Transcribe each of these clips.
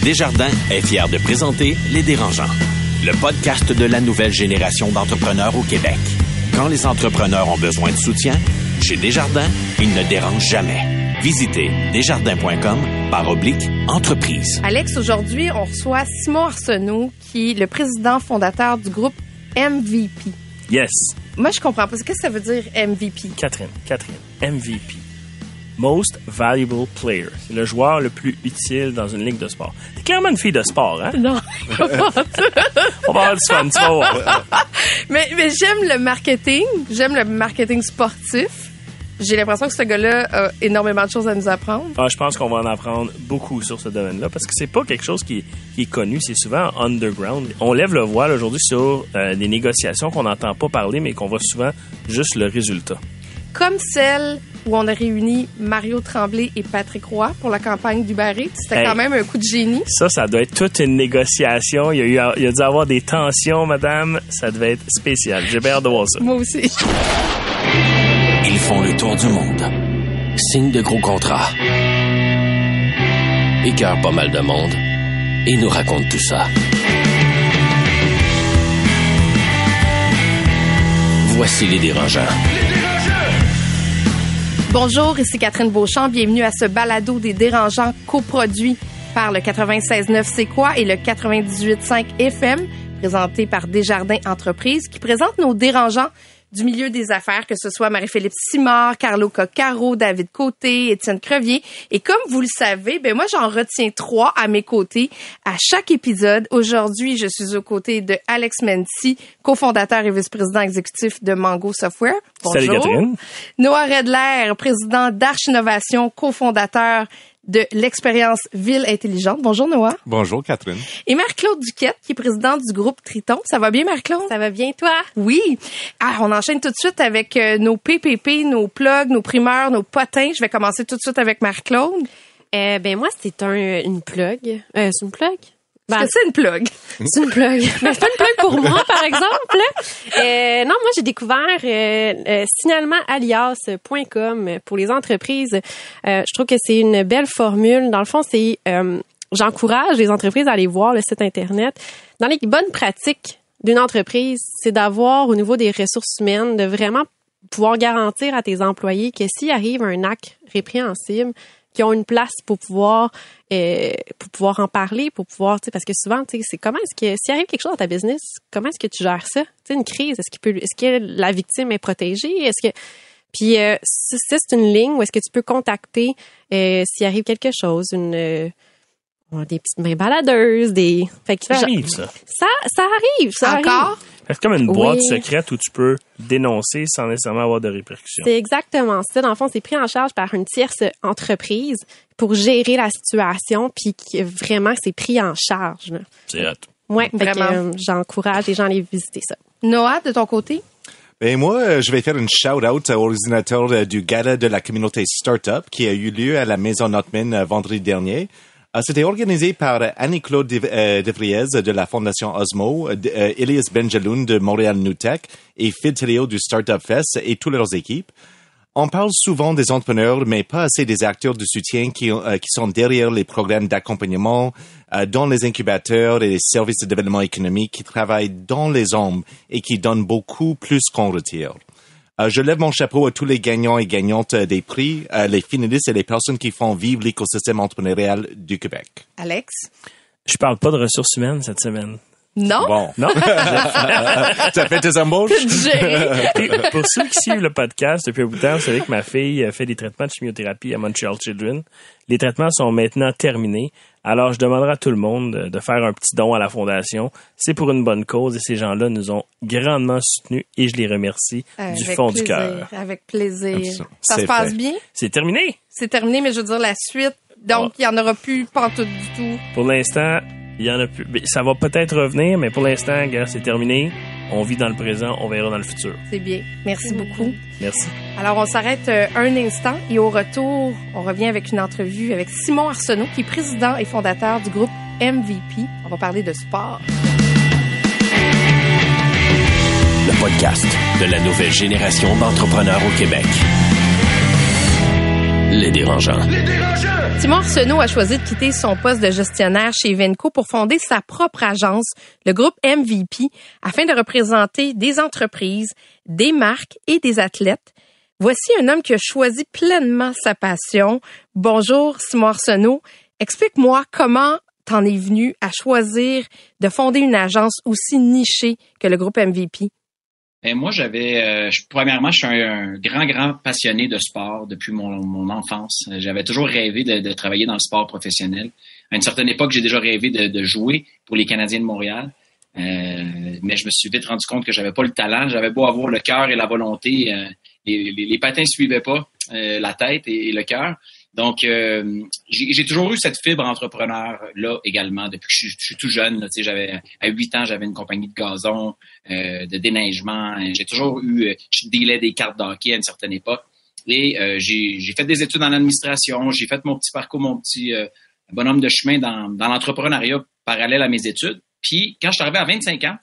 Desjardins est fier de présenter Les Dérangeants, le podcast de la nouvelle génération d'entrepreneurs au Québec. Quand les entrepreneurs ont besoin de soutien, chez Desjardins, ils ne dérangent jamais. Visitez desjardins.com/entreprise. Alex, aujourd'hui, on reçoit Simon Arsenault, qui est le président fondateur du groupe MVP. Yes. Moi, je comprends pas. Qu'est-ce que ça veut dire MVP? Catherine, MVP. Most Valuable Player. C'est le joueur le plus utile dans une ligue de sport. T'es clairement une fille de sport, hein? Non. On va avoir du fun, tu vas voir. Mais j'aime le marketing. J'aime le marketing sportif. J'ai l'impression que ce gars-là a énormément de choses à nous apprendre. Ah, je pense qu'on va en apprendre beaucoup sur ce domaine-là parce que c'est pas quelque chose qui est connu, c'est souvent underground. On lève le voile aujourd'hui sur des négociations qu'on n'entend pas parler, mais qu'on voit souvent juste le résultat. Comme celle où on a réuni Mario Tremblay et Patrick Roy pour la campagne d'Uber Eats. C'était quand même un coup de génie. Ça doit être toute une négociation. Il a dû avoir des tensions, madame. Ça devait être spécial. J'ai bien hâte de voir ça. Moi aussi. Ils font le tour du monde. Signent de gros contrats. Écœurent pas mal de monde. Et nous racontent tout ça. Voici Les Dérangeants. Bonjour, ici Catherine Beauchamp. Bienvenue à ce balado des Dérangeants coproduit par le 96.9 C'est quoi et le 98.5 FM, présenté par Desjardins Entreprises, qui présente nos dérangeants du milieu des affaires, que ce soit Marie-Philippe Simard, Carlo Coccaro, David Côté, Étienne Crevier. Et comme vous le savez, moi, j'en retiens 3 à mes côtés à chaque épisode. Aujourd'hui, je suis aux côtés de Alex Menti, cofondateur et vice-président exécutif de Mango Software. Bonjour. Salut Catherine. Noah Redler, président d'Arche Innovation, cofondateur de l'expérience Ville Intelligente. Bonjour Noah. Bonjour Catherine. Et Marie-Claude Duquette, qui est présidente du groupe Triton. Ça va bien Marie-Claude? Ça va bien toi? Oui. On enchaîne tout de suite avec nos PPP, nos plugs, nos primeurs, nos potins. Je vais commencer tout de suite avec Marie-Claude. Moi, c'est une plug. C'est une plug? Est-ce que c'est une plug? C'est une plug. Mais c'est pas une plug pour moi, par exemple. Non, moi, j'ai découvert signalementalias.com pour les entreprises. Je trouve que c'est une belle formule. Dans le fond, c'est j'encourage les entreprises à aller voir le site Internet. Dans les bonnes pratiques d'une entreprise, c'est d'avoir, au niveau des ressources humaines, de vraiment pouvoir garantir à tes employés que s'il arrive un acte répréhensible, qui ont une place pour pouvoir en parler, pour pouvoir, tu sais, parce que souvent, tu sais, c'est comment est-ce que, s'il arrive quelque chose dans ta business, comment est-ce que tu gères ça? Tu sais, une crise, est-ce que la victime est protégée? Puis, c'est une ligne où est-ce que tu peux contacter s'il arrive quelque chose, des petites mains baladeuses, ça arrive, ça. Ça arrive, ça encore? Arrive. C'est comme une boîte secrète où tu peux dénoncer sans nécessairement avoir de répercussions. C'est exactement ça. Dans le fond, c'est pris en charge par une tierce entreprise pour gérer la situation, puis vraiment, c'est pris en charge. Là. C'est hot. Oui, vraiment. J'encourage les gens à aller visiter ça. Noah, de ton côté? Moi, je vais faire une shout-out aux organisateurs du gala de la communauté Startup qui a eu lieu à la Maison Notman vendredi dernier. C'était organisé par Annie-Claude Devriez de la Fondation Osmo, Elias Benjeloun de Montréal Newtech et Phil Thériault du Startup Fest et toutes leurs équipes. On parle souvent des entrepreneurs, mais pas assez des acteurs de soutien qui sont derrière les programmes d'accompagnement, dans les incubateurs et les services de développement économique qui travaillent dans les ombres et qui donnent beaucoup plus qu'on retire. Je lève mon chapeau à tous les gagnants et gagnantes des prix, les finalistes et les personnes qui font vivre l'écosystème entrepreneurial du Québec. Alex? Je parle pas de ressources humaines cette semaine. Non? Bon. Non? T'as fait tes embauches? Pour ceux qui suivent le podcast depuis un bout de temps, vous savez que ma fille fait des traitements de chimiothérapie à Montreal Children. Les traitements sont maintenant terminés. Alors, je demanderai à tout le monde de faire un petit don à la Fondation. C'est pour une bonne cause et ces gens-là nous ont grandement soutenus et je les remercie du fond du cœur. Avec plaisir. Ça se passe fait. bien? C'est terminé. C'est terminé, mais je veux dire la suite. Donc, il n'y en aura plus pantoute du tout. Pour l'instant, il y en a plus. Ça va peut-être revenir, mais pour l'instant, c'est terminé. On vit dans le présent, on verra dans le futur. C'est bien. Merci beaucoup. Merci. Alors, on s'arrête un instant et au retour, on revient avec une entrevue avec Simon Arsenault, qui est président et fondateur du groupe MVP. On va parler de sport. Le podcast de la nouvelle génération d'entrepreneurs au Québec. Les Dérangeants. Les Dérangeants! Simon Arsenault a choisi de quitter son poste de gestionnaire chez Evenco pour fonder sa propre agence, le groupe MVP, afin de représenter des entreprises, des marques et des athlètes. Voici un homme qui a choisi pleinement sa passion. Bonjour Simon Arsenault. Explique-moi comment t'en es venu à choisir de fonder une agence aussi nichée que le groupe MVP. Ben moi, premièrement, je suis un grand passionné de sport depuis mon enfance. J'avais toujours rêvé de travailler dans le sport professionnel. À une certaine époque, j'ai déjà rêvé de jouer pour les Canadiens de Montréal. Mais je me suis vite rendu compte que j'avais pas le talent. J'avais beau avoir le cœur et la volonté. Les patins suivaient pas la tête et le cœur. Donc, j'ai toujours eu cette fibre entrepreneur-là également depuis que je suis tout jeune. Là, à 8 ans, j'avais une compagnie de gazon, de déneigement. J'ai toujours je dealais des cartes d'hockey à une certaine époque. Et j'ai fait des études en administration. J'ai fait mon petit parcours, mon petit bonhomme de chemin dans l'entrepreneuriat parallèle à mes études. Puis, quand je suis arrivé à 25 ans,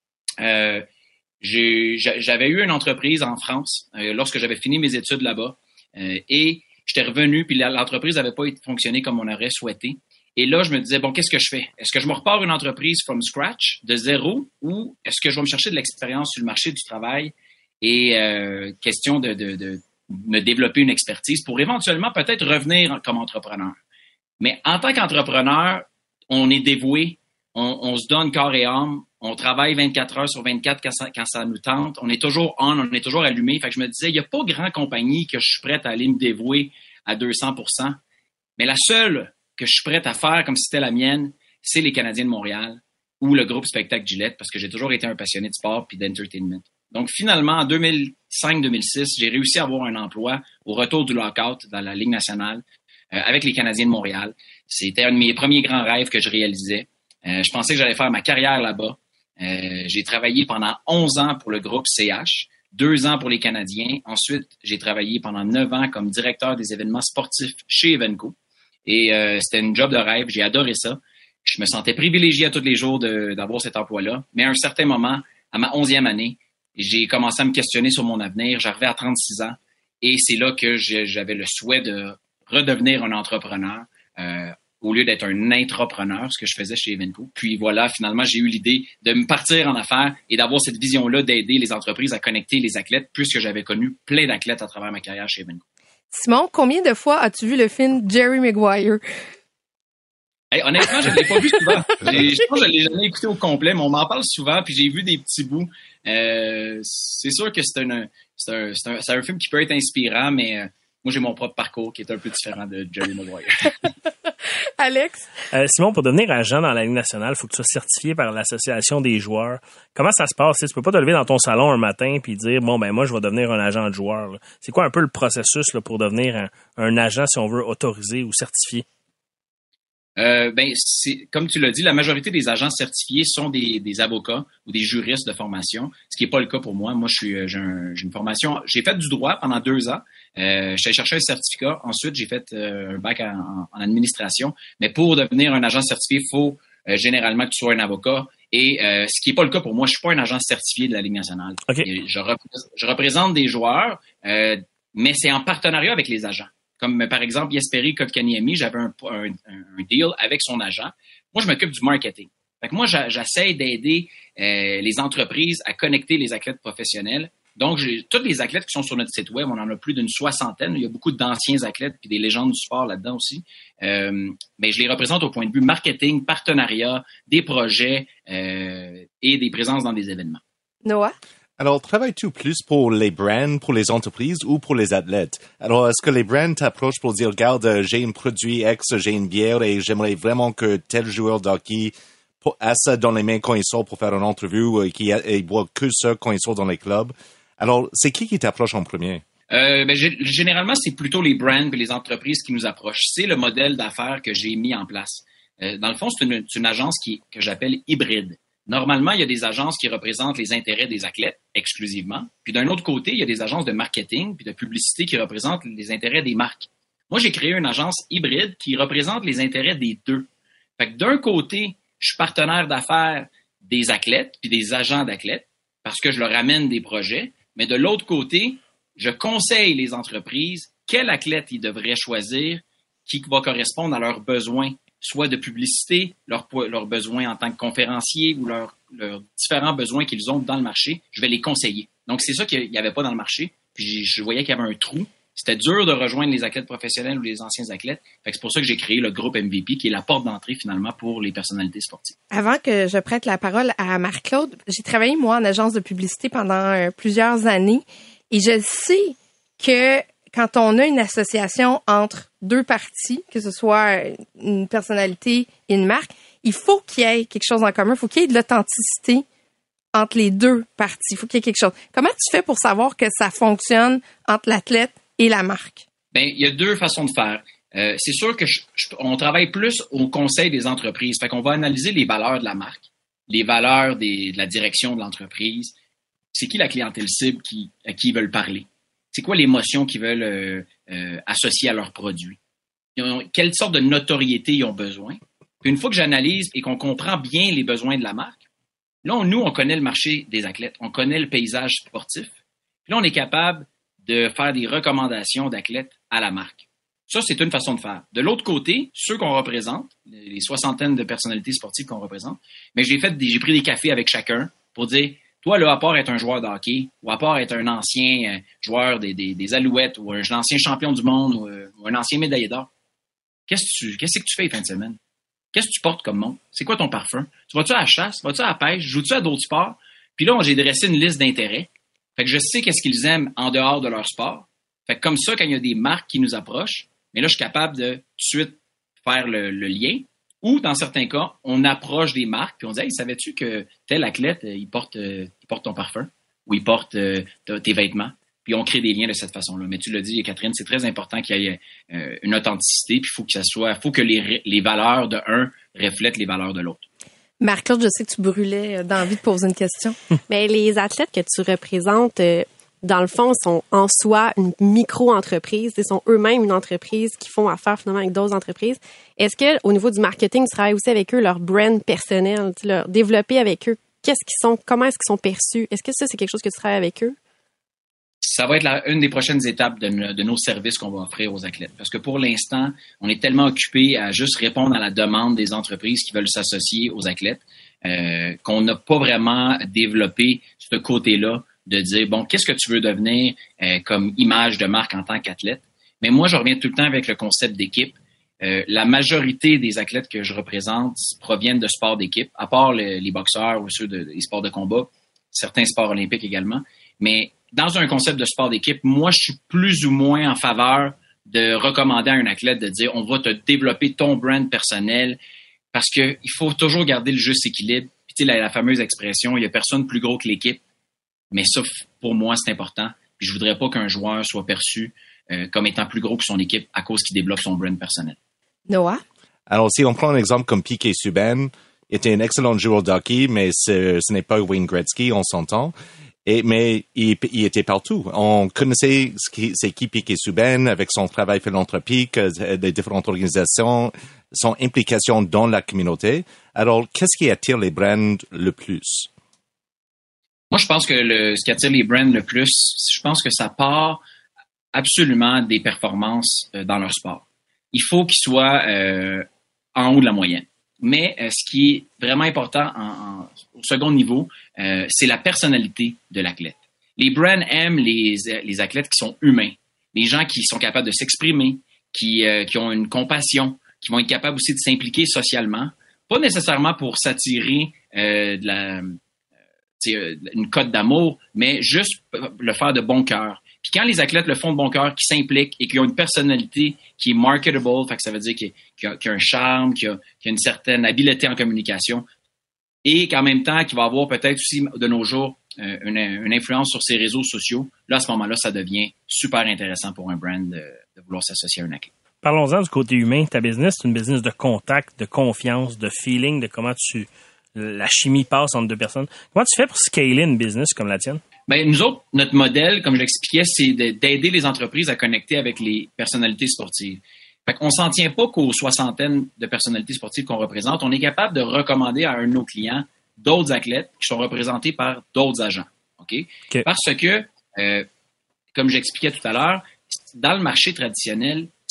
j'avais eu une entreprise en France lorsque j'avais fini mes études là-bas. Et j'étais revenu, puis l'entreprise n'avait pas fonctionné comme on aurait souhaité. Et là, je me disais, bon, qu'est-ce que je fais? Est-ce que je me repars une entreprise from scratch, de zéro, ou est-ce que je vais me chercher de l'expérience sur le marché du travail et question de me développer une expertise pour éventuellement peut-être revenir comme entrepreneur? Mais en tant qu'entrepreneur, on est dévoué, on se donne corps et âme, on travaille 24 heures sur 24 quand ça nous tente. On est toujours on est toujours allumé. Fait que je me disais, il n'y a pas grand compagnie que je suis prête à aller me dévouer à 200%. Mais la seule que je suis prête à faire comme si c'était la mienne, c'est les Canadiens de Montréal ou le groupe Spectacle Gillette, parce que j'ai toujours été un passionné de sport puis d'entertainment. Donc finalement, en 2005-2006, j'ai réussi à avoir un emploi au retour du lockout dans la Ligue nationale avec les Canadiens de Montréal. C'était un de mes premiers grands rêves que je réalisais. Je pensais que j'allais faire ma carrière là-bas. J'ai travaillé pendant 11 ans pour le groupe CH, 2 ans pour les Canadiens. Ensuite, j'ai travaillé pendant 9 ans comme directeur des événements sportifs chez Evenco. Et c'était une job de rêve. J'ai adoré ça. Je me sentais privilégié à tous les jours d'avoir cet emploi-là. Mais à un certain moment, à ma 11e année, j'ai commencé à me questionner sur mon avenir. J'arrivais à 36 ans. Et c'est là que j'avais le souhait de redevenir un entrepreneur. Au lieu d'être un intrapreneur, ce que je faisais chez Evenco. Puis voilà, finalement, j'ai eu l'idée de me partir en affaires et d'avoir cette vision-là d'aider les entreprises à connecter les athlètes, puisque j'avais connu plein d'athlètes à travers ma carrière chez Evenco. Simon, combien de fois as-tu vu le film Jerry Maguire? Hey, honnêtement, je ne l'ai pas vu souvent. Je pense que je ne l'ai jamais écouté au complet, mais on m'en parle souvent, puis j'ai vu des petits bouts. C'est sûr que c'est un film qui peut être inspirant, mais moi, j'ai mon propre parcours qui est un peu différent de Jerry Maguire. Alex? Simon, pour devenir agent dans la Ligue nationale, il faut que tu sois certifié par l'Association des joueurs. Comment ça se passe? Tu peux pas te lever dans ton salon un matin puis dire, bon, ben moi, je vais devenir un agent de joueur. Là. C'est quoi un peu le processus là, pour devenir un agent, si on veut, autorisé ou certifié? C'est comme tu l'as dit, la majorité des agents certifiés sont des avocats ou des juristes de formation, ce qui n'est pas le cas pour moi. Moi, j'ai une formation. J'ai fait du droit pendant 2 ans. J'ai cherché un certificat. Ensuite, j'ai fait un bac en administration. Mais pour devenir un agent certifié, il faut généralement que tu sois un avocat. Et ce qui n'est pas le cas pour moi, je suis pas un agent certifié de la Ligue nationale. Okay. Je représente des joueurs, mais c'est en partenariat avec les agents. Comme par exemple, Jesperi Kotkaniemi, j'avais un deal avec son agent. Moi, je m'occupe du marketing. Fait que moi, j'essaie d'aider les entreprises à connecter les athlètes professionnels. Donc, tous les athlètes qui sont sur notre site web, on en a plus d'une 60aine. Il y a beaucoup d'anciens athlètes puis des légendes du sport là-dedans aussi. Mais je les représente au point de vue marketing, partenariat, des projets et des présences dans des événements. Noah? Alors, travailles-tu plus pour les brands, pour les entreprises ou pour les athlètes? Alors, est-ce que les brands t'approchent pour dire, regarde, j'ai un produit X, j'ai une bière et j'aimerais vraiment que tel joueur d'hockey a ça dans les mains quand il sort pour faire une entrevue et il boit que ça quand il sort dans les clubs? Alors, c'est qui t'approche en premier? Généralement, c'est plutôt les brands et les entreprises qui nous approchent. C'est le modèle d'affaires que j'ai mis en place. Dans le fond, c'est une agence que j'appelle hybride. Normalement, il y a des agences qui représentent les intérêts des athlètes exclusivement. Puis d'un autre côté, il y a des agences de marketing puis de publicité qui représentent les intérêts des marques. Moi, j'ai créé une agence hybride qui représente les intérêts des deux. Fait que d'un côté, je suis partenaire d'affaires des athlètes puis des agents d'athlètes parce que je leur amène des projets. Mais de l'autre côté, je conseille les entreprises quel athlète ils devraient choisir qui va correspondre à leurs besoins, soit de publicité, leurs besoins en tant que conférencier ou leurs différents besoins qu'ils ont dans le marché, je vais les conseiller. Donc, c'est ça qu'il n'y avait pas dans le marché. Puis, je voyais qu'il y avait un trou. C'était dur de rejoindre les athlètes professionnels ou les anciens athlètes. Fait que c'est pour ça que j'ai créé le groupe MVP, qui est la porte d'entrée, finalement, pour les personnalités sportives. Avant que je prête la parole à Marc-Claude, j'ai travaillé, moi, en agence de publicité pendant plusieurs années. Et je sais que quand on a une association entre deux parties, que ce soit une personnalité et une marque, il faut qu'il y ait quelque chose en commun. Il faut qu'il y ait de l'authenticité entre les deux parties. Il faut qu'il y ait quelque chose. Comment tu fais pour savoir que ça fonctionne entre l'athlète et la marque? Ben, il y a deux façons de faire. C'est sûr que on travaille plus au conseil des entreprises. Fait qu'on va analyser les valeurs de la marque, les valeurs de la direction de l'entreprise. C'est qui la clientèle cible à qui ils veulent parler? C'est quoi l'émotion qu'ils veulent associer à leurs produits? Quelle sorte de notoriété ils ont besoin? Puis une fois que j'analyse et qu'on comprend bien les besoins de la marque, là, nous, on connaît le marché des athlètes, on connaît le paysage sportif. Puis là, on est capable de faire des recommandations d'athlètes à la marque. Ça, c'est une façon de faire. De l'autre côté, ceux qu'on représente, les soixantaines de personnalités sportives qu'on représente, mais j'ai pris des cafés avec chacun pour dire, toi, là, à part être un joueur de hockey, ou à part être un ancien joueur des Alouettes, ou un ancien champion du monde, ou un ancien médaillé d'or, qu'est-ce que tu fais les fins de semaine? Qu'est-ce que tu portes comme monde? C'est quoi ton parfum? Tu vas-tu à la chasse? Vas-tu à la pêche? Joues-tu à d'autres sports? Puis là, j'ai dressé une liste d'intérêts. Fait que je sais qu'est-ce qu'ils aiment en dehors de leur sport. Fait que comme ça, quand il y a des marques qui nous approchent, mais là, je suis capable de tout de suite faire le lien. Ou, dans certains cas, on approche des marques puis on dit, hey, savais-tu que tel athlète, il porte ton parfum ou il porte tes vêtements? Puis on crée des liens de cette façon-là. Mais tu l'as dit, Catherine, c'est très important qu'il y ait une authenticité, puis faut que les valeurs de un reflètent les valeurs de l'autre. Marc-Claude, je sais que tu brûlais d'envie de poser une question. Mais les athlètes que tu représentes, dans le fond, sont en soi une micro-entreprise. Ils sont eux-mêmes une entreprise qui font affaire finalement avec d'autres entreprises. Est-ce que, au niveau du marketing, tu travailles aussi avec eux, leur brand personnel, leur développer avec eux? Comment est-ce qu'ils sont perçus? Est-ce que ça, c'est quelque chose que tu travailles avec eux? Ça va être une des prochaines étapes de nos services qu'on va offrir aux athlètes. Parce que pour l'instant, on est tellement occupé à juste répondre à la demande des entreprises qui veulent s'associer aux athlètes qu'on n'a pas vraiment développé ce côté-là de dire, bon, qu'est-ce que tu veux devenir comme image de marque en tant qu'athlète? Mais moi, je reviens tout le temps avec le concept d'équipe. La majorité des athlètes que je représente proviennent de sports d'équipe, à part les boxeurs ou ceux des sports de combat, certains sports olympiques également. Mais dans un concept de sport d'équipe, moi, je suis plus ou moins en faveur de recommander à un athlète de dire, on va te développer ton brand personnel parce que il faut toujours garder le juste équilibre. Puis tu sais, la fameuse expression, il y a personne plus gros que l'équipe. Mais ça, pour moi, c'est important. Puis je voudrais pas qu'un joueur soit perçu comme étant plus gros que son équipe à cause qu'il développe son brand personnel. Noah? Alors, si on prend un exemple comme Piquet Subban, il était un excellent joueur de hockey, mais ce n'est pas Wayne Gretzky, on s'entend. Mais il était partout. On connaissait c'est qui Piquet Subban avec son travail philanthropique, des différentes organisations, son implication dans la communauté. Alors, qu'est-ce qui attire les brands le plus? Moi, je pense que ce qui attire les brands le plus, je pense que ça part absolument des performances dans leur sport. Il faut qu'ils soient en haut de la moyenne. Mais ce qui est vraiment important au second niveau, c'est la personnalité de l'athlète. Les brands aiment les athlètes qui sont humains, les gens qui sont capables de s'exprimer, qui ont une compassion, qui vont être capables aussi de s'impliquer socialement, pas nécessairement pour s'attirer une cote d'amour, mais juste le faire de bon cœur. Puis quand les athlètes le font de bon cœur, qui s'impliquent et qui ont une personnalité qui est marketable, fait que ça veut dire qu'il y a un charme, qu'il y a une certaine habileté en communication, et qu'en même temps, qu'il va avoir peut-être aussi de nos jours une influence sur ses réseaux sociaux, là, à ce moment-là, ça devient super intéressant pour un brand de vouloir s'associer à un athlète. Parlons-en du côté humain. Ta business, c'est une business de contact, de confiance, de feeling, de comment la chimie passe entre deux personnes. Comment tu fais pour scaler une business comme la tienne? Ben, nous autres, notre modèle, comme je l'expliquais, c'est d'aider les entreprises à connecter avec les personnalités sportives. Fait qu'on s'en tient pas qu'aux soixantaines de personnalités sportives qu'on représente. On est capable de recommander à un de nos clients d'autres athlètes qui sont représentés par d'autres agents. OK? Parce que, comme j'expliquais tout à l'heure, dans le marché traditionnel,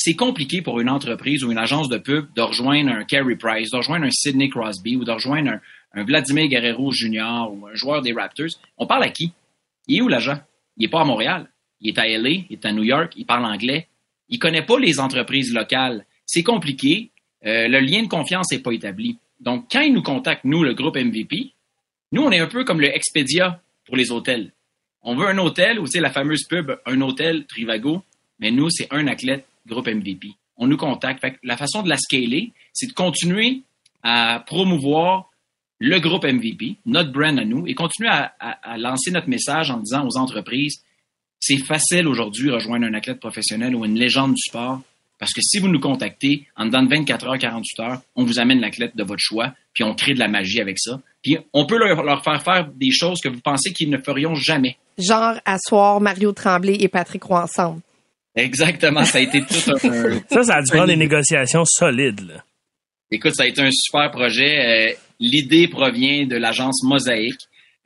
c'est compliqué pour une entreprise ou une agence de pub de rejoindre un Carey Price, de rejoindre un Sidney Crosby ou de rejoindre un Vladimir Guerrero Jr. ou un joueur des Raptors. On parle à qui? Il est où l'agent? Il n'est pas à Montréal. Il est à LA, il est à New York, il parle anglais. Il connaît pas les entreprises locales. C'est compliqué. Le lien de confiance n'est pas établi. Donc, quand ils nous contactent, nous, le groupe MVP, nous, on est un peu comme le Expedia pour les hôtels. On veut un hôtel, ou tu sais, la fameuse pub, un hôtel Trivago, mais nous, c'est un athlète groupe MVP. On nous contacte. Fait que la façon de la scaler, c'est de continuer à promouvoir le groupe MVP, notre brand à nous, et continuer à lancer notre message en disant aux entreprises, c'est facile aujourd'hui de rejoindre un athlète professionnel ou une légende du sport, parce que si vous nous contactez, en dedans de 24 heures, 48 heures, on vous amène l'athlète de votre choix, puis on crée de la magie avec ça. Puis on peut leur faire des choses que vous pensez qu'ils ne ferions jamais. Genre asseoir Mario Tremblay et Patrick Roy ensemble. Exactement, ça a été tout un... Ça a dû prendre des négociations solides, là. Écoute, ça a été un super projet. L'idée provient de l'agence Mosaïque.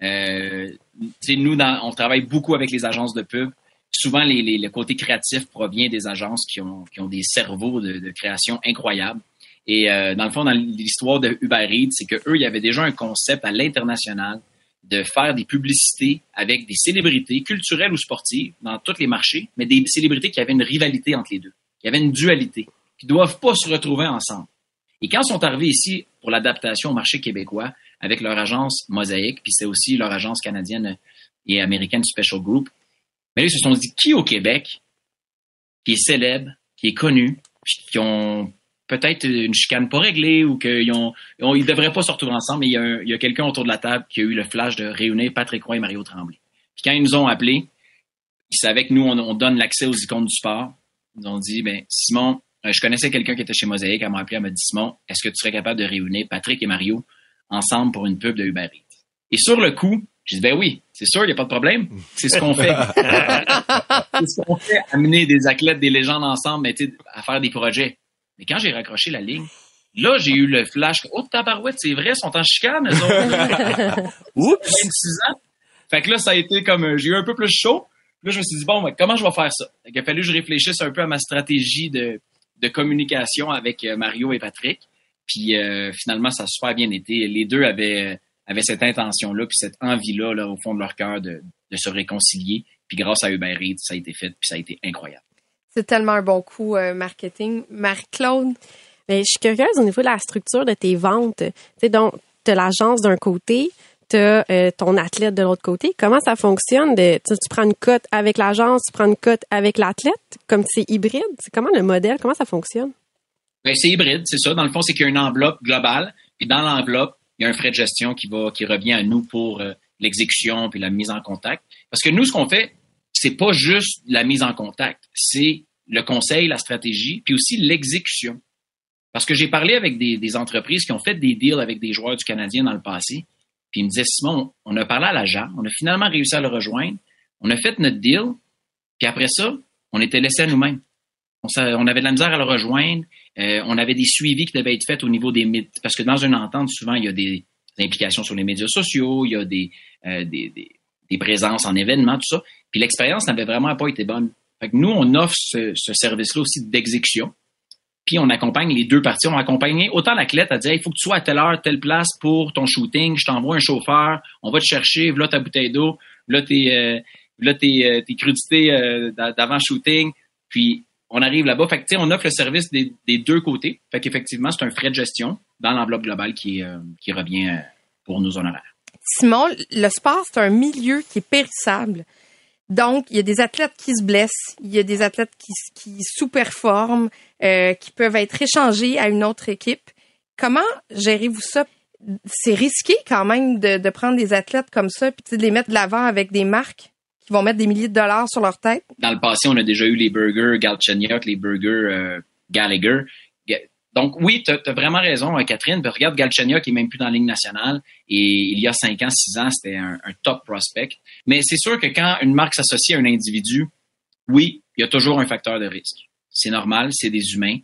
Nous, on travaille beaucoup avec les agences de pub. Souvent, le côté créatif provient des agences qui ont des cerveaux de création incroyables. Et dans le fond, dans l'histoire de Uber Eats, c'est qu'eux, il y avait déjà un concept à l'international de faire des publicités avec des célébrités culturelles ou sportives dans tous les marchés, mais des célébrités qui avaient une rivalité entre les deux, qui avaient une dualité, qui ne doivent pas se retrouver ensemble. Et quand ils sont arrivés ici pour l'adaptation au marché québécois avec leur agence Mosaïque, puis c'est aussi leur agence canadienne et américaine Special Group, mais là, ils se sont dit, qui au Québec, qui est célèbre, qui est connu, qui ont peut-être une chicane pas réglée ou qu'ils ils devraient pas se retrouver ensemble, mais il y a quelqu'un autour de la table qui a eu le flash de réunir Patrick Roy et Mario Tremblay. Puis quand ils nous ont appelés, ils savaient que nous, on donne l'accès aux icônes du sport. Ils nous ont dit, Simon, je connaissais quelqu'un qui était chez Mosaïque, elle m'a appelé, elle m'a dit, Simon, est-ce que tu serais capable de réunir Patrick et Mario ensemble pour une pub de Uber Eats? Et sur le coup, j'ai dit, oui, c'est sûr, il n'y a pas de problème. C'est ce qu'on fait. C'est ce qu'on fait, amener des athlètes, des légendes ensemble, à faire des projets. Mais quand j'ai raccroché la ligne, là, j'ai eu le flash. Oh, tabarouette, c'est vrai, ils sont en chicane, eux autres. Oups! 26 ans. Fait que là, ça a été comme, j'ai eu un peu plus chaud. Là, je me suis dit, comment je vais faire ça? Il a fallu que je réfléchisse un peu à ma stratégie de communication avec Mario et Patrick. Puis finalement, ça a super bien été. Les deux avaient cette intention-là, puis cette envie-là, là, au fond de leur cœur, de se réconcilier. Puis grâce à Uber Eats, ça a été fait, puis ça a été incroyable. C'est tellement un bon coup marketing. Marie-Claude? Mais je suis curieuse au niveau de la structure de tes ventes. Tu sais, donc, tu as l'agence d'un côté, tu as ton athlète de l'autre côté. Comment ça fonctionne? Tu prends une cote avec l'agence, tu prends une cote avec l'athlète, comme c'est hybride? C'est comment le modèle? Comment ça fonctionne? C'est hybride, c'est ça. Dans le fond, c'est qu'il y a une enveloppe globale. Puis dans l'enveloppe, il y a un frais de gestion qui revient à nous pour l'exécution puis la mise en contact. Parce que nous, ce qu'on fait, c'est pas juste la mise en contact, c'est le conseil, la stratégie, puis aussi l'exécution. Parce que j'ai parlé avec des entreprises qui ont fait des deals avec des joueurs du Canadien dans le passé, puis ils me disaient, Simon, on a parlé à l'agent, on a finalement réussi à le rejoindre, on a fait notre deal, puis après ça, on était laissés à nous-mêmes. On avait de la misère à le rejoindre, on avait des suivis qui devaient être faits au niveau des... Parce que dans une entente, souvent, il y a des implications sur les médias sociaux, il y a des présences en événements, tout ça. Puis l'expérience n'avait vraiment pas été bonne. Fait que nous, on offre ce service-là aussi d'exécution. Puis on accompagne les deux parties. On a accompagné autant l'athlète à dire, il faut que tu sois à telle heure, telle place pour ton shooting. Je t'envoie un chauffeur. On va te chercher. Voilà ta bouteille d'eau. Là tes crudités d'avant shooting. Puis on arrive là-bas. Fait que tu sais, on offre le service des deux côtés. Fait qu'effectivement, c'est un frais de gestion dans l'enveloppe globale qui revient pour nos honoraires. Simon, le sport, c'est un milieu qui est périssable. Donc, il y a des athlètes qui se blessent, il y a des athlètes qui sous-performent, qui peuvent être échangés à une autre équipe. Comment gérez-vous ça? C'est risqué quand même de prendre des athlètes comme ça puis de les mettre de l'avant avec des marques qui vont mettre des milliers de dollars sur leur tête. Dans le passé, on a déjà eu les burgers Galchenyuk, les burgers Gallagher. Donc oui, tu as vraiment raison, Catherine. Puis regarde, Galchenyuk qui est même plus dans la Ligue nationale. Et il y a 5 ans, 6 ans, c'était un top prospect. Mais c'est sûr que quand une marque s'associe à un individu, oui, il y a toujours un facteur de risque. C'est normal, c'est des humains.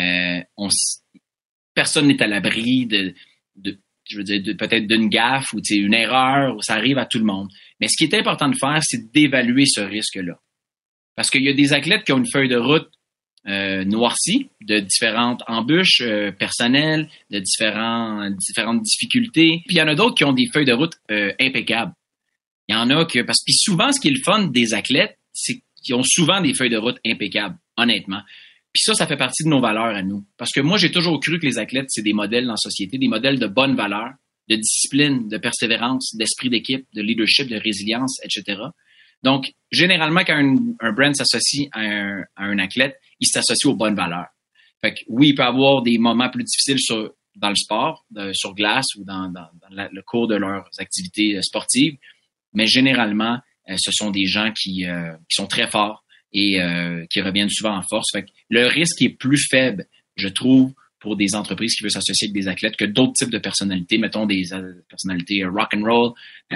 Personne n'est à l'abri peut-être d'une gaffe ou une erreur. Ça arrive à tout le monde. Mais ce qui est important de faire, c'est d'évaluer ce risque-là. Parce qu'il y a des athlètes qui ont une feuille de route noircis de différentes embûches personnelles, de différentes difficultés. Puis il y en a d'autres qui ont des feuilles de route impeccables. Il y en a que puis souvent ce qui est le fun des athlètes, c'est qu'ils ont souvent des feuilles de route impeccables, honnêtement. Puis ça fait partie de nos valeurs à nous. Parce que moi, j'ai toujours cru que les athlètes, c'est des modèles dans la société, des modèles de bonnes valeurs, de discipline, de persévérance, d'esprit d'équipe, de leadership, de résilience, etc. Donc, généralement, quand un brand s'associe à un athlète, il s'associe aux bonnes valeurs. Fait que oui, il peut y avoir des moments plus difficiles dans le sport, sur glace ou dans le cours de leurs activités sportives, mais généralement, ce sont des gens qui sont très forts et qui reviennent souvent en force. Fait que le risque est plus faible, je trouve, pour des entreprises qui veulent s'associer avec des athlètes que d'autres types de personnalités, mettons des personnalités rock and roll,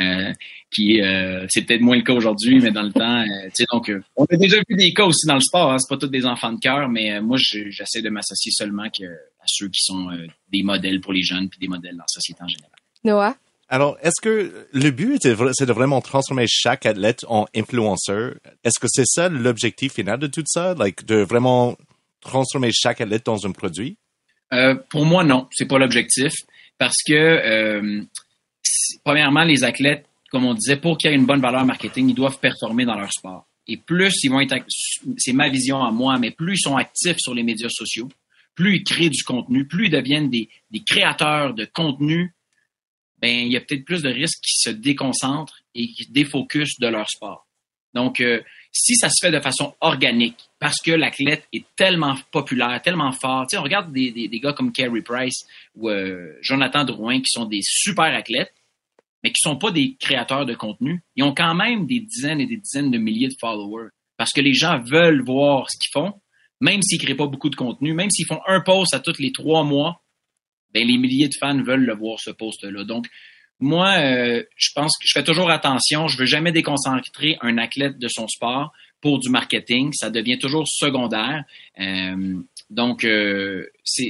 qui c'est peut-être moins le cas aujourd'hui, mais dans le temps, tu sais, donc on a déjà vu des cas aussi dans le sport, hein, c'est pas tous des enfants de cœur, mais moi j'essaie de m'associer seulement à ceux qui sont des modèles pour les jeunes puis des modèles dans la société en général. Noah? Alors, est-ce que le but, c'est de vraiment transformer chaque athlète en influenceur? Est-ce que c'est ça l'objectif final de tout ça? De vraiment transformer chaque athlète dans un produit? Pour moi, non, c'est pas l'objectif. Parce que, premièrement, les athlètes, comme on disait, pour qu'il y ait une bonne valeur marketing, ils doivent performer dans leur sport. Et plus ils vont être, c'est ma vision à moi, mais plus ils sont actifs sur les médias sociaux, plus ils créent du contenu, plus ils deviennent des créateurs de contenu, ben, il y a peut-être plus de risques qu'ils se déconcentrent et qu'ils défocusent de leur sport. Donc, si ça se fait de façon organique, parce que l'athlète est tellement populaire, tellement fort, tu sais, on regarde des gars comme Carey Price ou Jonathan Drouin qui sont des super athlètes, mais qui sont pas des créateurs de contenu. Ils ont quand même des dizaines et des dizaines de milliers de followers parce que les gens veulent voir ce qu'ils font, même s'ils créent pas beaucoup de contenu, même s'ils font un post à tous les 3 mois, ben les milliers de fans veulent le voir, ce post-là. Donc, moi, je pense que je fais toujours attention. Je veux jamais déconcentrer un athlète de son sport pour du marketing. Ça devient toujours secondaire. Donc, je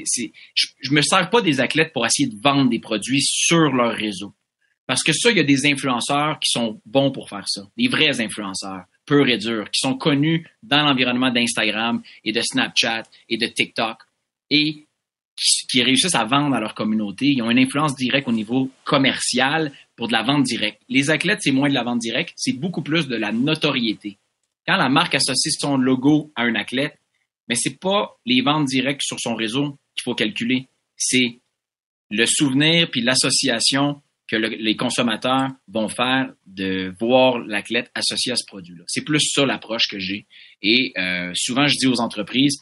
me sers pas des athlètes pour essayer de vendre des produits sur leur réseau. Parce que ça, il y a des influenceurs qui sont bons pour faire ça. Des vrais influenceurs, purs et durs, qui sont connus dans l'environnement d'Instagram et de Snapchat et de TikTok et qui réussissent à vendre à leur communauté. Ils ont une influence directe au niveau commercial pour de la vente directe. Les athlètes, c'est moins de la vente directe, c'est beaucoup plus de la notoriété. Quand la marque associe son logo à un athlète, mais c'est pas les ventes directes sur son réseau qu'il faut calculer. C'est le souvenir puis l'association que les consommateurs vont faire de voir l'athlète associé à ce produit-là. C'est plus ça l'approche que j'ai. Et souvent, je dis aux entreprises,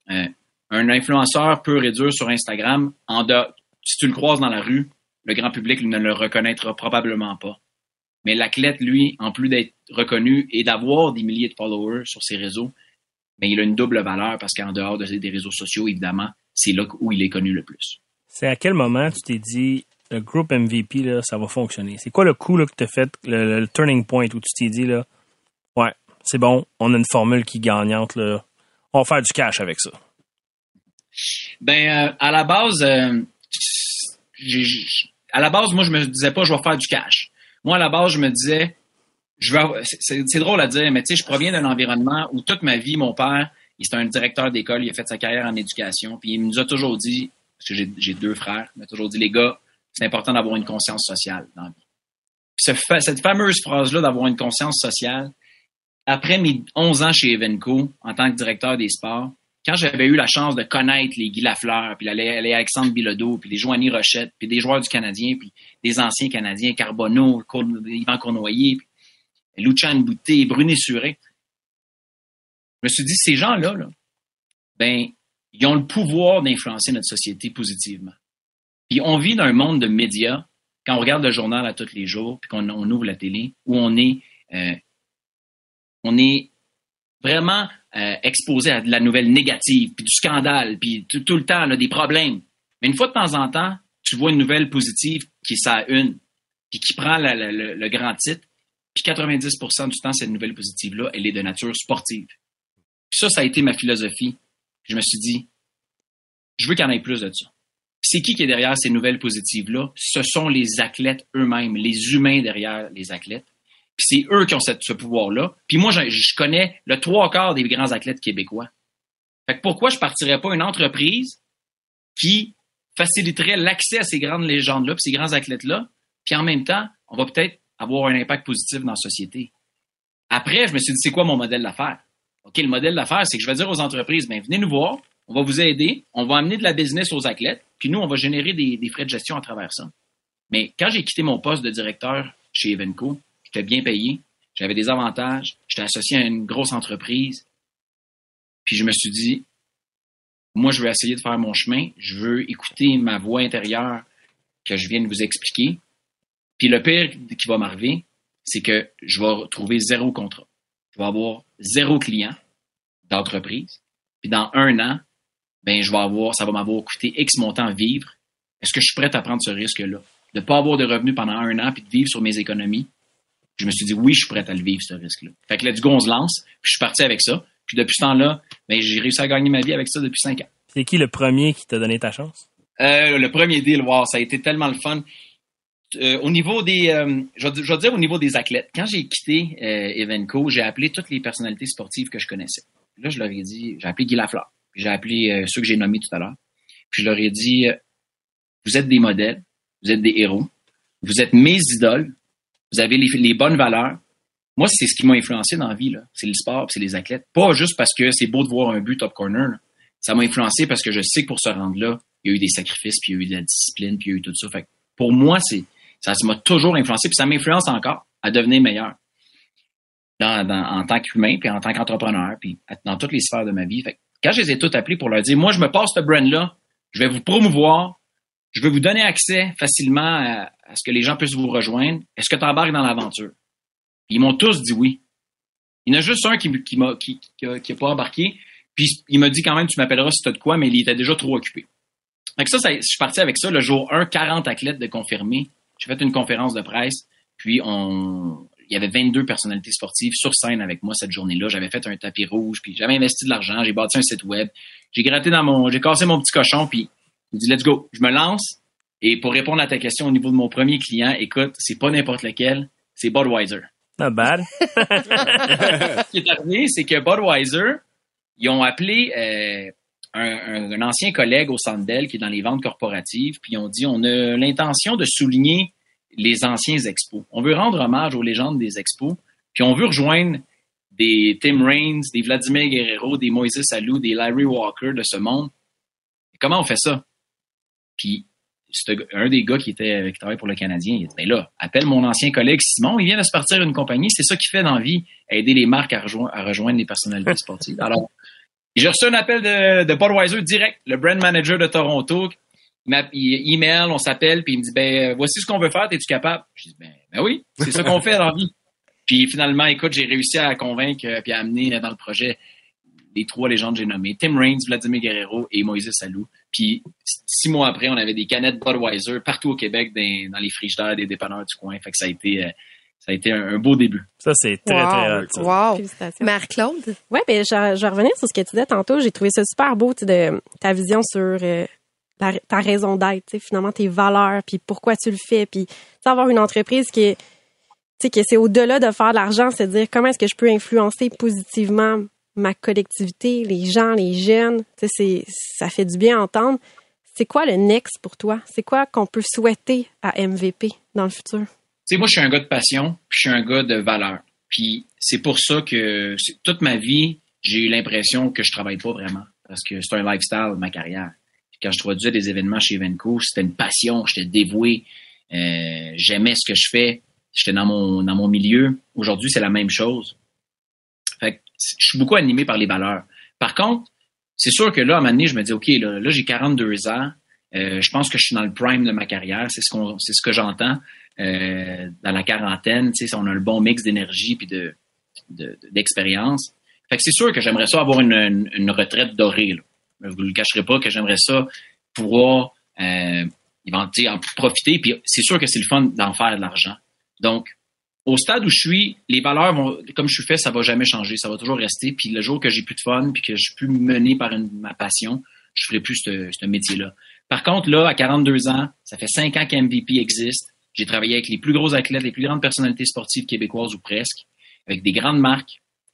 un influenceur pur et dur sur Instagram, si tu le croises dans la rue, le grand public ne le reconnaîtra probablement pas. Mais l'athlète, lui, en plus d'être reconnu et d'avoir des milliers de followers sur ses réseaux, mais il a une double valeur parce qu'en dehors des réseaux sociaux, évidemment, c'est là où il est connu le plus. C'est à quel moment tu t'es dit, le groupe MVP, là, ça va fonctionner? C'est quoi le coup là, que tu as fait, le turning point où tu t'es dit, là, ouais, c'est bon, on a une formule qui est gagnante, là, on va faire du cash avec ça? Ben, à la base, moi, je me disais pas, je vais faire du cash. Moi, à la base, je me disais, c'est drôle à dire, mais tu sais, je proviens d'un environnement où toute ma vie, mon père, c'était un directeur d'école, il a fait sa carrière en éducation, puis il nous a toujours dit, parce que j'ai 2 frères, il m'a toujours dit, les gars, c'est important d'avoir une conscience sociale dans la vie. Cette fameuse phrase-là d'avoir une conscience sociale, après mes 11 ans chez Evenco, en tant que directeur des sports, quand j'avais eu la chance de connaître les Guy Lafleur, puis les Alexandre Bilodeau, puis les Joanie Rochette, puis des joueurs du Canadien, puis des anciens Canadiens, Carbonneau, Yvan Cournoyer, puis Lucien Boutet, Brunet Suré, je me suis dit, ces gens-là, là, ben, ils ont le pouvoir d'influencer notre société positivement. Puis on vit dans un monde de médias, quand on regarde le journal à tous les jours, puis qu'on ouvre la télé, où on est vraiment exposé à de la nouvelle négative, puis du scandale, puis tout le temps, là, des problèmes. Mais une fois de temps en temps, tu vois une nouvelle positive qui est ça une, puis qui prend le grand titre, puis 90% du temps, cette nouvelle positive-là, elle est de nature sportive. Puis ça a été ma philosophie. Je me suis dit, je veux qu'il y en ait plus de ça. Puis c'est qui est derrière ces nouvelles positives-là? Ce sont les athlètes eux-mêmes, les humains derrière les athlètes. Puis c'est eux qui ont ce pouvoir-là. Puis moi, je connais le 3/4 des grands athlètes québécois. Fait que pourquoi je partirais pas une entreprise qui faciliterait l'accès à ces grandes légendes-là, puis ces grands athlètes-là, puis en même temps, on va peut-être avoir un impact positif dans la société. Après, je me suis dit, c'est quoi mon modèle d'affaires? OK, le modèle d'affaires, c'est que je vais dire aux entreprises, venez nous voir, on va vous aider, on va amener de la business aux athlètes, puis nous, on va générer des frais de gestion à travers ça. Mais quand j'ai quitté mon poste de directeur chez Evenco, j'étais bien payé, j'avais des avantages, j'étais associé à une grosse entreprise, puis je me suis dit, moi, je veux essayer de faire mon chemin, je veux écouter ma voix intérieure que je viens de vous expliquer, puis le pire qui va m'arriver, c'est que je vais trouver 0 contrat. Je vais avoir 0 client d'entreprise, puis dans 1 an, ça va m'avoir coûté X montant à vivre. Est-ce que je suis prêt à prendre ce risque-là? De ne pas avoir de revenus pendant 1 an, puis de vivre sur mes économies? Je me suis dit, oui, je suis prêt à le vivre, ce risque-là. Fait que là, du coup, on se lance, puis je suis parti avec ça. Puis depuis ce temps-là, j'ai réussi à gagner ma vie avec ça depuis 5 ans. C'est qui le premier qui t'a donné ta chance? Le premier deal, wow, ça a été tellement le fun. Au niveau des, je vais dire au niveau des athlètes. Quand j'ai quitté Evenco, j'ai appelé toutes les personnalités sportives que je connaissais. Là, je leur ai dit, j'ai appelé Guy Lafleur, puis j'ai appelé ceux que j'ai nommés tout à l'heure. Puis je leur ai dit, vous êtes des modèles, vous êtes des héros, vous êtes mes idoles, vous avez les bonnes valeurs. Moi, c'est ce qui m'a influencé dans la vie, là. C'est le sport, c'est les athlètes. Pas juste parce que c'est beau de voir un but top corner, là. Ça m'a influencé parce que je sais que pour se rendre là, il y a eu des sacrifices, puis il y a eu de la discipline, puis il y a eu tout ça. Fait que pour moi, ça m'a toujours influencé, puis ça m'influence encore à devenir meilleur en tant qu'humain, puis en tant qu'entrepreneur, puis dans toutes les sphères de ma vie. Fait que quand je les ai tous appelés pour leur dire, moi, je me passe ce brand-là, je vais vous promouvoir, je vais vous donner accès facilement à ce que les gens puissent vous rejoindre. Est-ce que tu embarques dans l'aventure? Puis ils m'ont tous dit oui. Il y en a juste un qui a pas embarqué, puis il m'a dit quand même, tu m'appelleras si tu as de quoi, mais il était déjà trop occupé. Fait que ça, je suis parti avec ça. Le jour 1, 40 athlètes de confirmés. J'ai fait une conférence de presse, puis il y avait 22 personnalités sportives sur scène avec moi cette journée-là. J'avais fait un tapis rouge, puis j'avais investi de l'argent, j'ai bâti un site web, j'ai cassé mon petit cochon, puis il me dit, let's go, je me lance. Et pour répondre à ta question au niveau de mon premier client, écoute, c'est pas n'importe lequel, c'est Budweiser. Not bad. Ce qui est arrivé, c'est que Budweiser, ils ont appelé un ancien collègue au Centre Bell qui est dans les ventes corporatives, puis ils ont dit, on a l'intention de souligner les anciens expos. On veut rendre hommage aux légendes des expos, puis on veut rejoindre des Tim Raines, des Vladimir Guerrero, des Moises Alou, des Larry Walker de ce monde. Et comment on fait ça? Puis un des gars qui travaille pour le Canadien, il a dit, ben là, appelle mon ancien collègue Simon, il vient de se partir une compagnie, c'est ça qu'il fait dans la vie, aider les marques à rejoindre les personnalités sportives. Alors, j'ai reçu un appel de Budweiser direct, le brand manager de Toronto. Il email, on s'appelle, puis il me dit, voici ce qu'on veut faire, es-tu capable? Je dis, ben oui, c'est ça qu'on fait dans la vie. Puis finalement, écoute, j'ai réussi à convaincre puis à amener dans le projet les 3 légendes que j'ai nommées, Tim Raines, Vladimir Guerrero et Moises Alou. Puis 6 mois après, on avait des canettes Budweiser partout au Québec dans les frigidaires des dépanneurs du coin. Fait que ça a été un beau début. Ça, c'est très, très hot. Wow. Félicitations. Marc-Claude? Oui, ben je vais revenir sur ce que tu disais tantôt. J'ai trouvé ça super beau, de ta vision sur ta raison d'être, finalement tes valeurs, puis pourquoi tu le fais, puis avoir une entreprise que c'est au-delà de faire de l'argent, c'est de dire comment est-ce que je peux influencer positivement ma collectivité, les gens, les jeunes. Ça fait du bien à entendre. C'est quoi le next pour toi? C'est quoi qu'on peut souhaiter à MVP dans le futur? Moi, je suis un gars de passion, puis je suis un gars de valeur. Puis c'est pour ça que toute ma vie, j'ai eu l'impression que je travaille pas vraiment, parce que c'est un lifestyle, ma carrière. Puis quand je produisais des événements chez Evenco, c'était une passion, j'étais dévoué, j'aimais ce que je fais, j'étais dans mon milieu. Aujourd'hui, c'est la même chose. Fait que je suis beaucoup animé par les valeurs. Par contre, c'est sûr que là, à un moment donné, je me dis, OK, là j'ai 42 ans, je pense que je suis dans le prime de ma carrière, c'est ce que j'entends. Dans la quarantaine, on a le bon mix d'énergie puis d'expérience. Fait que c'est sûr que j'aimerais ça avoir une retraite dorée, là. Je vous le cacherai pas que j'aimerais ça pouvoir en profiter, puis c'est sûr que c'est le fun d'en faire de l'argent. Donc, au stade où je suis, les valeurs comme je suis fait, ça va jamais changer, ça va toujours rester, puis le jour que j'ai plus de fun, puis que je suis plus mené par ma passion, je ferai plus ce métier-là. Par contre, là, à 42 ans, ça fait 5 ans qu'MVP existe. J'ai travaillé avec les plus gros athlètes, les plus grandes personnalités sportives québécoises ou presque, avec des grandes marques.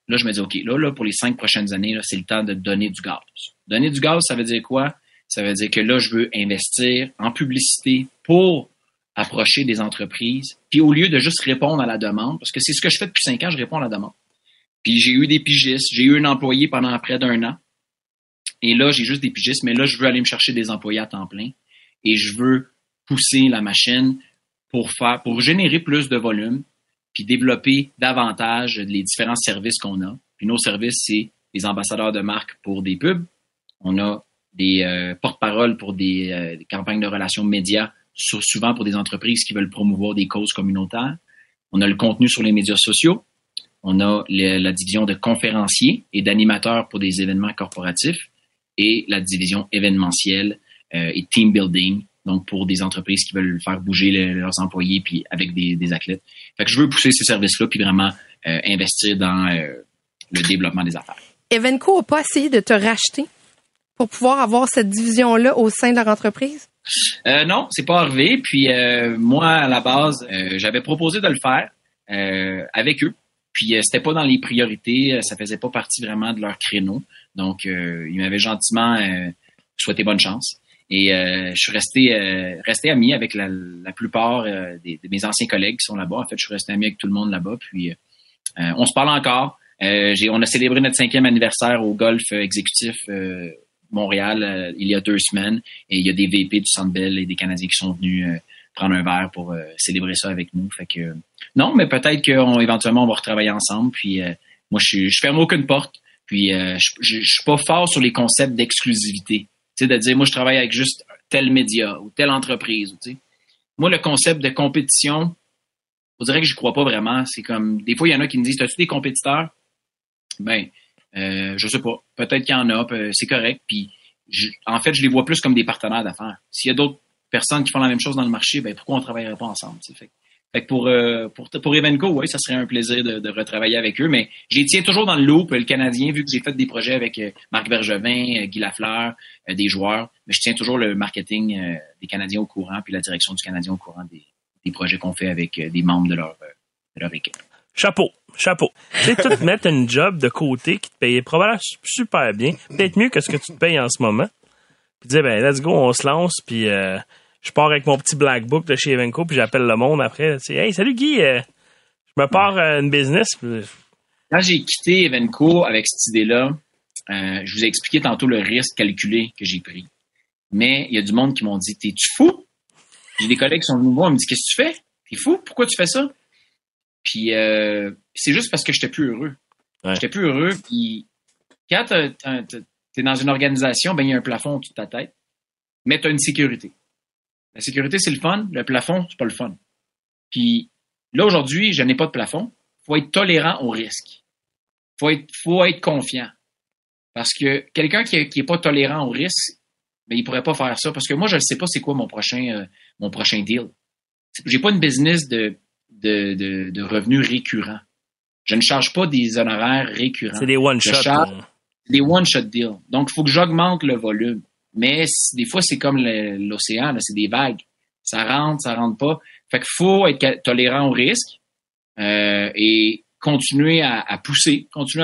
là, je me dis, OK, là, pour les 5 prochaines années, là, c'est le temps de donner du gaz. Donner du gaz, ça veut dire quoi? Ça veut dire que là, je veux investir en publicité pour approcher des entreprises. Puis au lieu de juste répondre à la demande, parce que c'est ce que je fais depuis 5 ans, je réponds à la demande. Puis j'ai eu des pigistes, j'ai eu un employé pendant près d'1 an. Et là, j'ai juste des pigistes, mais là, je veux aller me chercher des employés à temps plein. Et je veux pousser la machine pour générer plus de volume, puis développer davantage les différents services qu'on a. Puis nos services, c'est des ambassadeurs de marque pour des pubs. On a des porte-paroles pour des campagnes de relations médias, souvent pour des entreprises qui veulent promouvoir des causes communautaires. On a le contenu sur les médias sociaux. On a la division de conférenciers et d'animateurs pour des événements corporatifs et la division événementielle et team building, donc pour des entreprises qui veulent faire bouger leurs employés puis avec des athlètes. Fait que je veux pousser ces services-là puis vraiment investir dans le développement des affaires. Evenco n'a pas essayé de te racheter pour pouvoir avoir cette division-là au sein de leur entreprise? Non, c'est pas arrivé. Puis moi, à la base, j'avais proposé de le faire avec eux. Puis c'était pas dans les priorités, ça faisait pas partie vraiment de leur créneau. Donc, ils m'avaient gentiment souhaité bonne chance. Et je suis resté ami avec la plupart de mes anciens collègues qui sont là-bas. En fait, je suis resté ami avec tout le monde là-bas. Puis on se parle encore. On a célébré notre 5e anniversaire au golf exécutif Montréal il y a 2 semaines. Et il y a des VP du Centre Bell et des Canadiens qui sont venus prendre un verre pour célébrer ça avec nous. Fait que non, mais peut-être qu'éventuellement on va retravailler ensemble. Puis moi, je ferme aucune porte. Puis je suis pas fort sur les concepts d'exclusivité. Tu sais, de dire moi je travaille avec juste tel média ou telle entreprise. Tu sais. Moi, le concept de compétition, on dirait que je crois pas vraiment. C'est comme des fois il y en a qui me disent as-tu des compétiteurs? Ben je sais pas. Peut-être qu'il y en a, c'est correct. Puis en fait, je les vois plus comme des partenaires d'affaires. S'il y a d'autres personnes qui font la même chose dans le marché, ben pourquoi on travaillerait pas ensemble? Tu sais? Fait que pour Evenco, oui, ça serait un plaisir de retravailler avec eux, mais je les tiens toujours dans le loop, le Canadien, vu que j'ai fait des projets avec Marc Bergevin, Guy Lafleur, des joueurs, mais je tiens toujours le marketing des Canadiens au courant, puis la direction du Canadien au courant des projets qu'on fait avec des membres de leur équipe. Chapeau. Tu sais, tout mettre une job de côté qui te payait probablement super bien, peut-être mieux que ce que tu te payes en ce moment, puis dire, ben, let's go, on se lance, puis je pars avec mon petit black book de chez Evenco, puis j'appelle le monde après. Tu sais, hey, salut Guy, je me pars une business. Quand j'ai quitté Evenco avec cette idée-là, je vous ai expliqué tantôt le risque calculé que j'ai pris. Mais il y a du monde qui m'ont dit, t'es-tu fou? J'ai des collègues qui sont venus me voir, ils me disent, qu'est-ce que tu fais? T'es fou? Pourquoi tu fais ça? Puis c'est juste parce que j'étais plus heureux. Ouais. J'étais plus heureux, puis quand t'es dans une organisation, ben il y a un plafond au-dessus de ta tête, mais t'as une sécurité. La sécurité, c'est le fun. Le plafond, c'est pas le fun. Puis là, aujourd'hui, je n'ai pas de plafond. Faut être tolérant au risque. Faut être confiant. Parce que quelqu'un qui est pas tolérant au risque, ben, il pourrait pas faire ça. Parce que moi, je ne sais pas c'est quoi mon prochain deal. J'ai pas une business de revenus récurrents. Je ne charge pas des honoraires récurrents. C'est des one-shot. Des one-shot deals. Donc, il faut que j'augmente le volume. Mais des fois, c'est comme l'océan, là, c'est des vagues. Ça rentre pas. Fait qu'il faut être tolérant au risque et continuer à pousser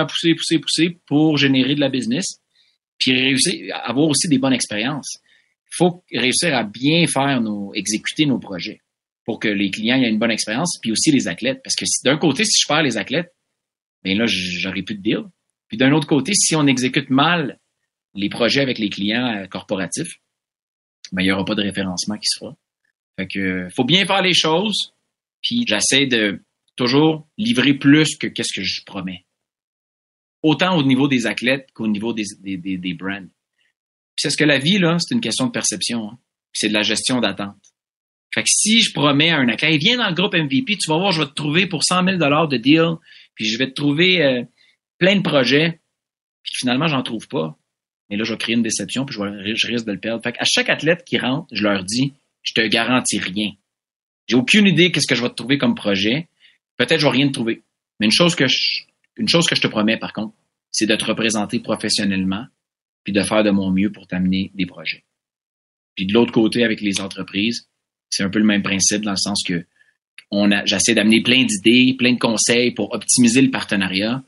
pour générer de la business, puis réussir à avoir aussi des bonnes expériences. Il faut réussir à bien exécuter nos projets pour que les clients aient une bonne expérience, puis aussi les athlètes. Parce que d'un côté, si je perds les athlètes, ben là, j'aurai plus de deal. Puis d'un autre côté, si on exécute mal les projets avec les clients corporatifs, ben il y aura pas de référencement qui se fera. Fait que faut bien faire les choses, puis j'essaie de toujours livrer plus que qu'est-ce que je promets. Autant au niveau des athlètes qu'au niveau des brands. Puis c'est ce que la vie là, c'est une question de perception, hein. Puis c'est de la gestion d'attente. Fait que si je promets à un athlète, viens dans le groupe MVP, tu vas voir, je vais te trouver pour 100 000 $ de deal, puis je vais te trouver plein de projets, puis finalement j'en trouve pas. Mais là, je vais créer une déception, puis je risque de le perdre. Fait qu'à chaque athlète qui rentre, je leur dis, je te garantis rien. J'ai aucune idée qu'est-ce que je vais te trouver comme projet. Peut-être je vais rien te trouver. Mais une chose que je te promets, par contre, c'est de te représenter professionnellement, puis de faire de mon mieux pour t'amener des projets. Puis de l'autre côté, avec les entreprises, c'est un peu le même principe dans le sens que j'essaie d'amener plein d'idées, plein de conseils pour optimiser le partenariat.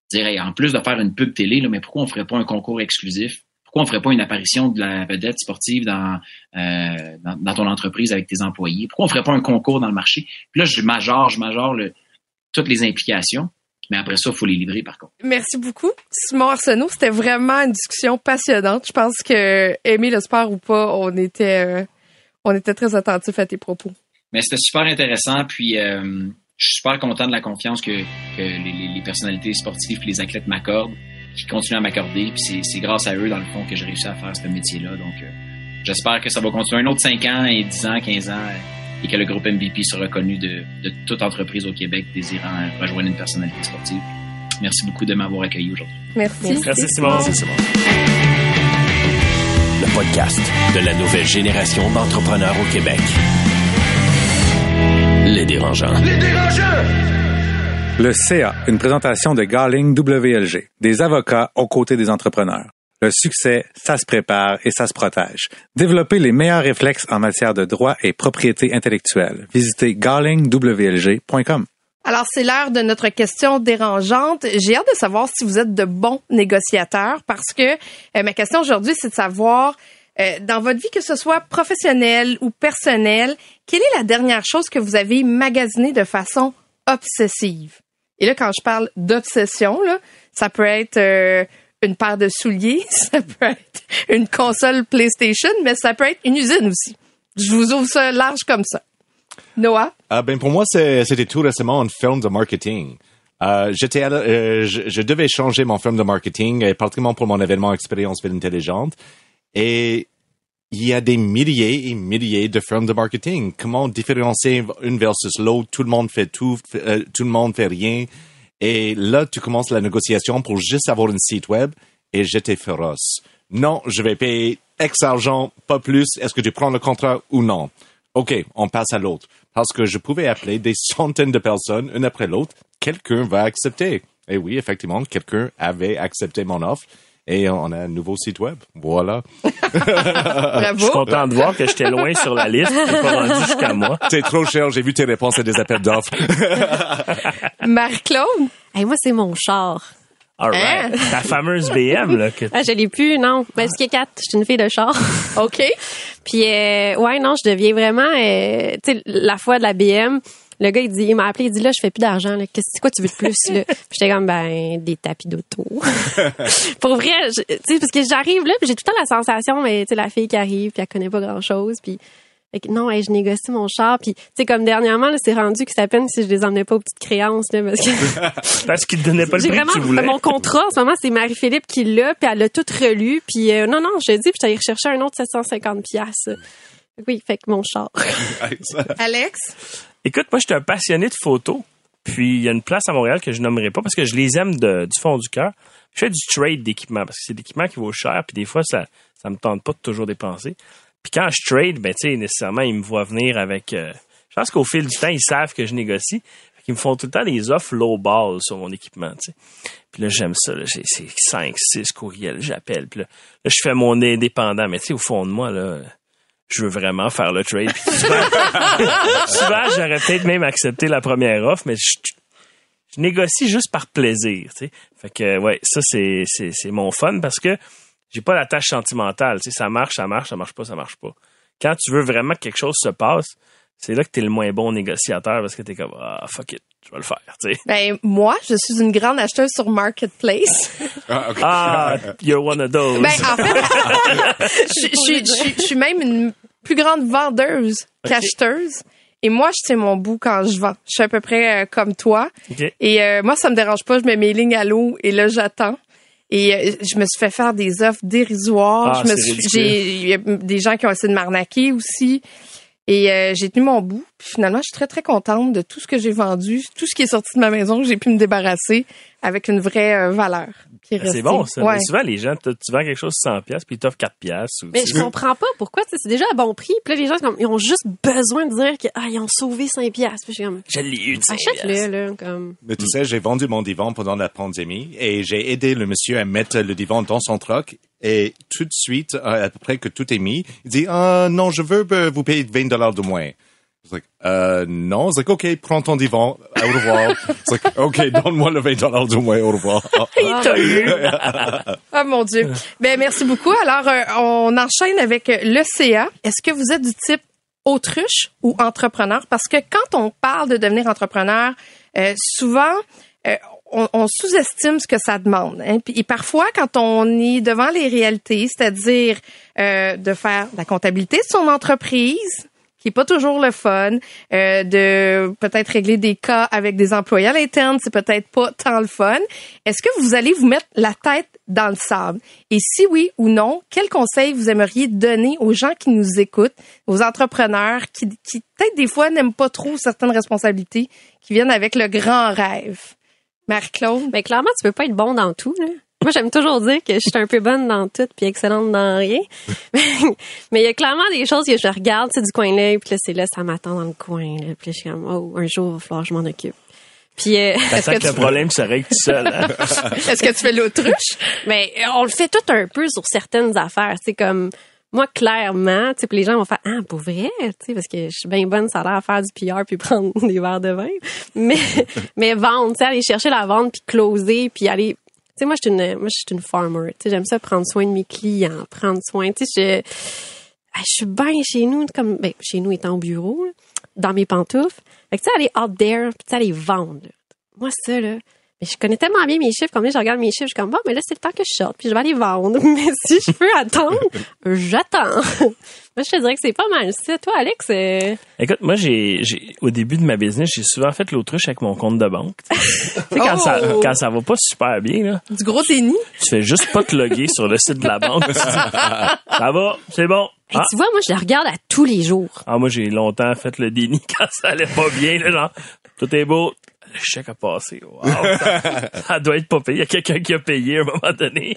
dire, hey, en plus de faire une pub télé, là, mais pourquoi on ferait pas un concours exclusif? Pourquoi on ferait pas une apparition de la vedette sportive dans ton entreprise avec tes employés? Pourquoi on ferait pas un concours dans le marché? Puis là, je majore toutes les implications. Mais après ça, il faut les livrer, par contre. Merci beaucoup, Simon Arsenault. C'était vraiment une discussion passionnante. Je pense que, aimer le sport ou pas, on était très attentifs à tes propos. Mais c'était super intéressant. Puis, je suis super content de la confiance que les personnalités sportives et les athlètes m'accordent, qui continuent à m'accorder. Puis c'est grâce à eux, dans le fond, que j'ai réussi à faire ce métier-là. Donc, j'espère que ça va continuer un autre 5 ans et 10 ans, 15 ans, et que le groupe MVP sera connu de toute entreprise au Québec désirant rejoindre une personnalité sportive. Merci beaucoup de m'avoir accueilli aujourd'hui. Merci. Merci, Simon. Merci, Simon. Le podcast de la nouvelle génération d'entrepreneurs au Québec. Les Dérangeants. Les Dérangeants! Le CA, une présentation de Garling WLG, des avocats aux côtés des entrepreneurs. Le succès, ça se prépare et ça se protège. Développez les meilleurs réflexes en matière de droit et propriété intellectuelle. Visitez garlingwlg.com. Alors, c'est l'heure de notre question dérangeante. J'ai hâte de savoir si vous êtes de bons négociateurs parce que ma question aujourd'hui, c'est de savoir, dans votre vie, que ce soit professionnelle ou personnelle, quelle est la dernière chose que vous avez magasinée de façon obsessive? Et là, quand je parle d'obsession, là, ça peut être une paire de souliers, ça peut être une console PlayStation, mais ça peut être une usine aussi. Je vous ouvre ça large comme ça. Noah? Pour moi, c'était tout récemment une firme de marketing. Je devais changer mon firme de marketing, particulièrement pour mon événement Expérience Ville Intelligente. Et il y a des milliers et milliers de firmes de marketing. Comment différencier une versus l'autre? Tout le monde fait tout le monde fait rien. Et là, tu commences la négociation pour juste avoir un site web et j'étais féroce. Non, je vais payer X argent, pas plus. Est-ce que tu prends le contrat ou non? OK, on passe à l'autre. Parce que je pouvais appeler des centaines de personnes, une après l'autre. Quelqu'un va accepter. Et oui, effectivement, quelqu'un avait accepté mon offre. Et on a un nouveau site web. Voilà. Bravo. Je suis content de voir que j'étais loin sur la liste. Je n'ai pas rendu jusqu'à moi. C'est trop cher. J'ai vu tes réponses à des appels d'offres. Marie-Claude? Hey, moi, c'est mon char. All right. Ta fameuse BM, là. Ah, je l'ai plus, non. Ben, ce qui est 4, je suis une fille de char. OK. Puis, ouais, non, je deviens vraiment, tu sais, la fois de la BM, le gars, il m'a appelé, il dit, là, je fais plus d'argent, là. C'est quoi tu veux de plus, là? Puis j'étais comme, des tapis d'auto. Pour vrai, tu sais, parce que j'arrive là, puis j'ai tout le temps la sensation, mais, tu sais, la fille qui arrive, puis elle connaît pas grand-chose, puis non, je négocie mon char, puis tu sais, comme dernièrement, là, c'est rendu que c'est à peine si je les emmenais pas aux petites créances, là, parce que parce qu'il te donnait pas le prix que tu voulais. Mon contrat, en ce moment, c'est Marie-Philippe qui l'a, puis elle l'a tout relu, puis non, je te dis, puis je suis allée rechercher un autre 750$. Oui, fait que mon char. Alex? Écoute, moi, je suis un passionné de photos, puis il y a une place à Montréal que je nommerai pas parce que je les aime du fond du cœur. Je fais du trade d'équipement parce que c'est l'équipement qui vaut cher, puis des fois, ça me tente pas de toujours dépenser. Puis quand je trade, ben tu sais, nécessairement, ils me voient venir avec... je pense qu'au fil du temps, ils savent que je négocie. Ils me font tout le temps des offres low-ball sur mon équipement, tu sais. Puis là, j'aime ça. Là, j'ai 5, 6 courriels, j'appelle. Puis là, je fais mon indépendant. Mais tu sais, au fond de moi, là, je veux vraiment faire le trade. Puis souvent, j'aurais peut-être même accepté la première offre, mais je négocie juste par plaisir, tu sais. Fait que, ouais, ça, c'est mon fun parce que j'ai pas la tâche sentimentale. Tu sais, ça marche pas. Quand tu veux vraiment que quelque chose se passe, c'est là que t'es le moins bon négociateur parce que t'es comme, fuck it, je vais le faire, tu sais. Ben, moi, je suis une grande acheteuse sur Marketplace. You're one of those. Ben, en fait, je suis même une plus grande vendeuse qu'acheteuse. Et moi, je tiens mon bout quand je vends. Je suis à peu près comme toi. Okay. Et moi, ça me dérange pas. Je mets mes lignes à l'eau et là, j'attends. Et je me suis fait faire des offres dérisoires. Il y a des gens qui ont essayé de m'arnaquer aussi. Et j'ai tenu mon bout. Puis finalement, je suis très, très contente de tout ce que j'ai vendu, tout ce qui est sorti de ma maison, que j'ai pu me débarrasser avec une vraie valeur. C'est bon, ça. Ouais. Mais souvent, les gens, tu vends quelque chose 100$, puis ils t'offrent 4$. Mais je comprends pas pourquoi. C'est déjà à bon prix. Puis là, les gens, ils ont juste besoin de dire qu'ils ont sauvé 5$. Puis je suis comme, je l'ai eu, 5$. Achète-le, là. Comme... Mais tu sais, j'ai vendu mon divan pendant la pandémie et j'ai aidé le monsieur à mettre le divan dans son truck. Et tout de suite, à peu près que tout est mis, il dit, non, je veux vous payer $20 de moins. It's like, non. It's like, OK, prends ton divan. Au revoir. It's like, OK, donne-moi le $20 du moins. Au revoir. Il t'a eu. Oh mon Dieu. Ben merci beaucoup. Alors, on enchaîne avec l'ECA. Est-ce que vous êtes du type autruche ou entrepreneur? Parce que quand on parle de devenir entrepreneur, souvent, on sous-estime ce que ça demande. Hein? Et parfois, quand on est devant les réalités, c'est-à-dire de faire la comptabilité de son entreprise, qui est pas toujours le fun, de peut-être régler des cas avec des employés à l'interne, c'est peut-être pas tant le fun. Est-ce que vous allez vous mettre la tête dans le sable? Et si oui ou non, quels conseils vous aimeriez donner aux gens qui nous écoutent, aux entrepreneurs qui peut-être des fois n'aiment pas trop certaines responsabilités, qui viennent avec le grand rêve? Marie-Claude? Ben, clairement, tu peux pas être bon dans tout, là. Moi, j'aime toujours dire que je suis un peu bonne dans tout puis excellente dans rien. Mais il y a clairement des choses que je regarde, du coin de l'œil, puis là, c'est là, ça m'attend dans le coin, là. Puis là, je suis comme, oh, un jour, il va falloir que je m'en occupe. Puis, est-ce que le problème se règle tout seul, hein? Est-ce que tu fais l'autruche? Mais on le fait tout un peu sur certaines affaires. C'est comme, moi, clairement, puis les gens vont faire, ah, pour vrai, parce que je suis bien bonne, ça a l'air à faire du PR puis prendre des verres de vin. Mais vendre, aller chercher la vente puis closer puis aller, moi, je suis une farmer. J'aime ça prendre soin de mes clients, prendre soin. Je suis bien chez nous, comme chez nous étant au bureau, là, dans mes pantoufles. Fait que aller out there, puis aller vendre. Là. Moi, ça, là, mais je connais tellement bien mes chiffres, combien je regarde mes chiffres, je suis comme, bon, mais là, c'est le temps que je sorte, puis je vais aller vendre. Mais si je peux attendre, j'attends. Moi, je te dirais que c'est pas mal ça. Toi, Alex? Écoute, moi, au début de ma business, j'ai souvent fait l'autruche avec mon compte de banque. Quand ça va pas super bien, là. Du gros déni? Tu fais juste pas te loguer sur le site de la banque. Tu dis, ça va, c'est bon. Et tu vois, moi, je la regarde à tous les jours. Moi, j'ai longtemps fait le déni quand ça allait pas bien, là, genre, tout est beau. Le chèque a passé. Wow, ça doit être pas payé. Il y a quelqu'un qui a payé à un moment donné.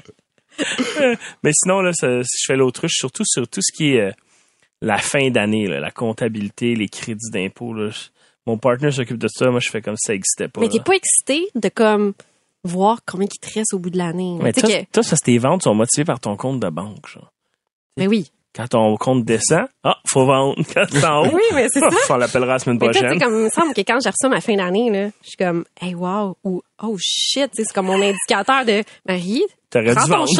Mais sinon, là, si je fais l'autruche, surtout sur tout ce qui est la fin d'année, là, la comptabilité, les crédits d'impôt. Là, mon partenaire s'occupe de ça. Moi, je fais comme si ça n'existait pas. Mais t'es pas excité de comme voir combien il te reste au bout de l'année. Mais toi, ça, tes ventes sont motivées par ton compte de banque. Genre. Mais oui. Quand ton compte descend, faut vendre. Quand c'est en haut, oui, mais c'est ça. On l'appellera la semaine prochaine. Comme, il me semble que quand j'ai reçu ma fin d'année, là, je suis comme, hey, wow, ou oh shit, c'est comme mon indicateur de Marie. T'aurais dû vendre.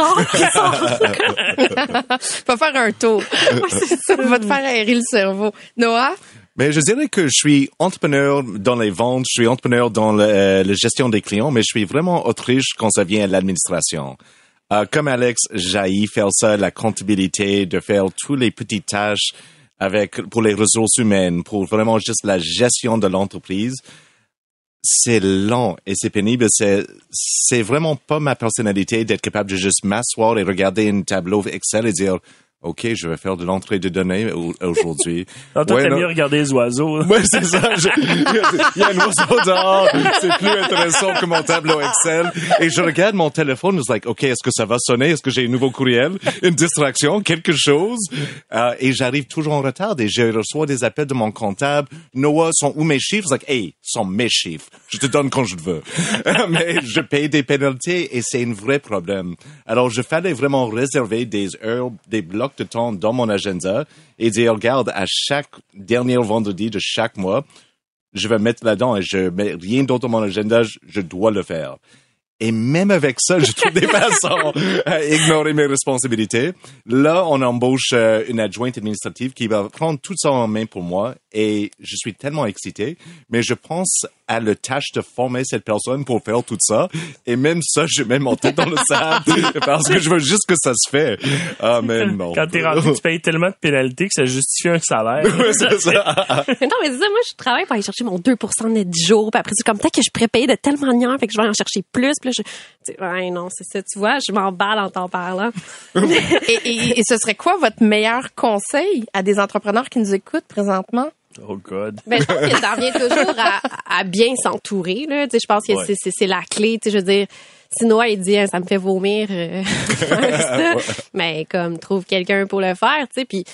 Va faire un tour. Ça va te faire aérer le cerveau. Noah? Mais je dirais que je suis entrepreneur dans les ventes, je suis entrepreneur dans la gestion des clients, mais je suis vraiment autruche quand ça vient à l'administration. Comme Alex, j'haïs faire ça, la comptabilité, de faire toutes les petites tâches pour les ressources humaines, pour vraiment juste la gestion de l'entreprise. C'est lent et c'est pénible. C'est vraiment pas ma personnalité d'être capable de juste m'asseoir et regarder un tableau Excel et dire, OK, je vais faire de l'entrée de données aujourd'hui. Non, toi, t'aimes mieux regarder les oiseaux. Ouais, c'est ça. Il y a un oiseau dehors. C'est plus intéressant que mon tableau Excel. Et je regarde mon téléphone. Je suis like, OK, est-ce que ça va sonner? Est-ce que j'ai un nouveau courriel? Une distraction? Quelque chose? Et j'arrive toujours en retard. Et je reçois des appels de mon comptable. Noah, sont où mes chiffres? Je suis like, hey, sont mes chiffres. Je te donne quand je veux. Mais je paye des pénalités et c'est un vrai problème. Alors, je fallait vraiment réserver des heures, des blocs de temps dans mon agenda et dire, regarde, à chaque dernier vendredi de chaque mois, je vais mettre là-dedans et je mets rien d'autre dans mon agenda, je dois le faire. Et même avec ça, je trouve des façons à ignorer mes responsabilités. Là, on embauche une adjointe administrative qui va prendre tout ça en main pour moi et je suis tellement excité. Mais je pense à la tâche de former cette personne pour faire tout ça. Et même ça, je mets mon tête dans le sable parce que je veux juste que ça se fait. Ah, mais non. Quand t'es rendu, tu payes tellement de pénalités que ça justifie un salaire. Oui, c'est ça. Non, mais c'est ça, moi, je travaille pour aller chercher mon 2% net du jour. Puis après, c'est comme peut-être que je pourrais payer de telle manière, fait que je vais en chercher plus. Puis là, ouais, non, c'est ça. Tu vois, je m'emballe en t'en parlant. et ce serait quoi votre meilleur conseil à des entrepreneurs qui nous écoutent présentement? Oh God. Ben, je pense que ça revient toujours à bien s'entourer, là. Tu sais, je pense que c'est la clé. Tu sais, je veux dire, si Noah, il dit, ça me fait vomir, ça. Mais comme, trouve quelqu'un pour le faire, tu sais, puis,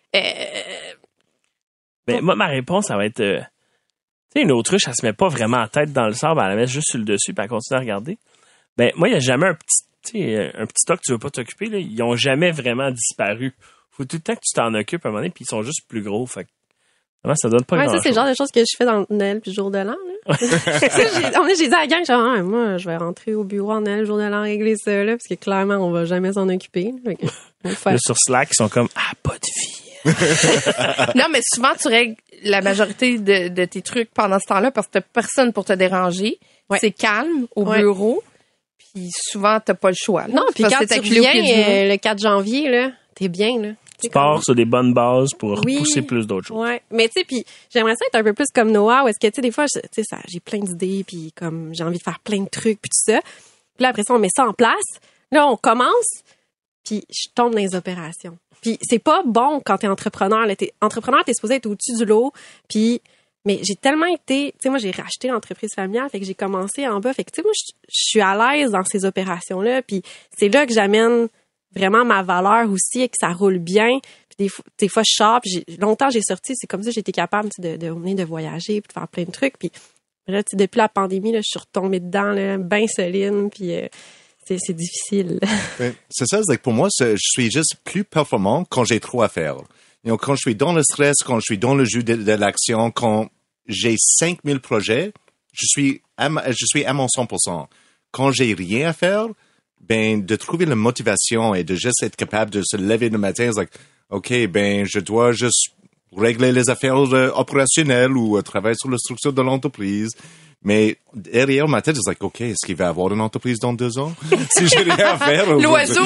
Ben, moi, ma réponse, ça va être, tu sais, une autruche, elle se met pas vraiment la tête dans le sable, elle la met juste sur le dessus, puis elle continue à regarder. Ben, moi, il y a jamais un petit stock que tu veux pas t'occuper, là. Ils ont jamais vraiment disparu. Faut tout le temps que tu t'en occupes à un moment donné, puis ils sont juste plus gros, fait Non, ça donne pas Ouais, grand-chose. ça, c'est le genre de choses que je fais dans Noël puis jour de l'an, là. Ça, j'ai dit à la gang, genre, moi, je vais rentrer au bureau en Noël, jour de l'an, régler ça, là, parce que clairement, on va jamais s'en occuper. Fait que, on va le faire. Là, sur Slack, ils sont comme, pas de fille. Non, mais souvent, tu règles la majorité de tes trucs pendant ce temps-là parce que t'as personne pour te déranger. Ouais. C'est calme au Ouais. bureau. Puis souvent, t'as pas le choix. là. Non, puis Parce quand que c'est tu acculé au pied du mur. reviens le 4 janvier, là, t'es bien, là. Tu pars sur des bonnes bases pour Oui. pousser plus d'autres choses. Ouais, mais tu sais, puis j'aimerais ça être un peu plus comme Noah, où est-ce que tu sais des fois, tu sais, ça, j'ai plein d'idées, puis comme j'ai envie de faire plein de trucs, puis tout ça. Puis là après ça, on met ça en place. Là, on commence, puis je tombe dans les opérations. Puis c'est pas bon quand t'es entrepreneur. Là, t'es supposé être au-dessus du lot. Puis mais j'ai tellement été, tu sais, moi j'ai racheté l'entreprise familiale, fait que j'ai commencé en bas. Fait que tu sais, moi je suis à l'aise dans ces opérations-là. Puis c'est là que j'amène vraiment ma valeur aussi et que ça roule bien. Puis des fois je sors, puis longtemps j'ai sorti, c'est comme ça que j'ai été capable de voyager, puis de faire plein de trucs. Puis là, tu sais, depuis la pandémie, là, je suis retombée dedans, là, bien solide, puis c'est difficile. C'est ça, c'est que pour moi, je suis juste plus performant quand j'ai trop à faire. Quand je suis dans le stress, quand je suis dans le jus de l'action, quand j'ai 5000 projets, je suis à mon 100%. Quand j'ai rien à faire, ben, de trouver la motivation et de juste être capable de se lever le matin, c'est like, OK, ben, je dois juste régler les affaires opérationnelles ou travailler sur la structure de l'entreprise. Mais derrière ma tête, je like, OK, est-ce qu'il va y avoir une entreprise dans 2 ans? Si j'ai rien à faire. L'oiseau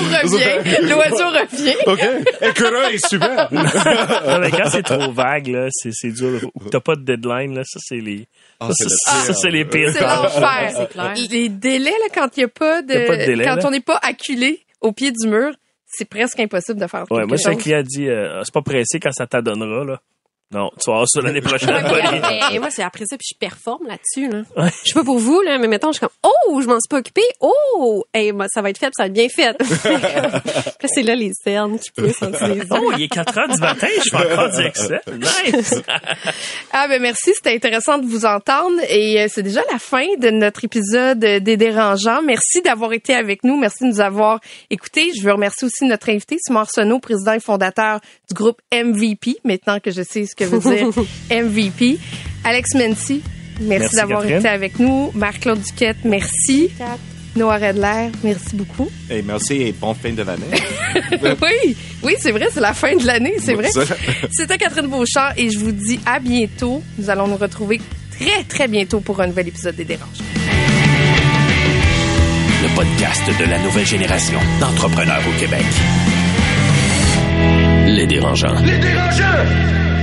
revient. OK. Écureuil, super. Non, mais quand c'est trop vague, là, c'est dur. Ou t'as pas de deadline, là, ça, c'est les... Ça, c'est les pires. C'est l'enfer. C'est clair. Les délais, là, quand il n'y a pas de, Y a pas de délai, quand là. on n'est pas acculé au pied du mur, c'est presque impossible de faire Ouais, quelque moi, si un chose. client dit, c'est pas pressé quand ça t'adonnera, là. Non, tu vas avoir ça l'année prochaine. Et moi, c'est après ça, puis je performe là-dessus. Là. Je sais pas pour vous, là, mais mettons, je suis comme, oh, je m'en suis pas occupée. Oh, hey, bah, ça va être fait, puis ça va être bien fait. Puis c'est là les cernes qui poussent en dessous des yeux. Oh, il est 4 heures du matin, je fais encore du Excel. Nice! Ah ben merci, c'était intéressant de vous entendre et c'est déjà la fin de notre épisode des Dérangeants. Merci d'avoir été avec nous, merci de nous avoir écoutés. Je veux remercier aussi notre invité, Simon Arsenault, président et fondateur du groupe MVP, maintenant que je sais ce que veut dire MVP. Alex Menti, merci d'avoir Catherine. été avec nous. Marc-Claude Duquette, merci. Noah Redler, merci beaucoup. Et merci et bonne fin de l'année. Oui, c'est vrai, c'est la fin de l'année, c'est vrai. Ça. C'était Catherine Beauchamp et je vous dis à bientôt. Nous allons nous retrouver très, très bientôt pour un nouvel épisode des Dérangeants. Le podcast de la nouvelle génération d'entrepreneurs au Québec. Les Dérangeants. Les Dérangeants!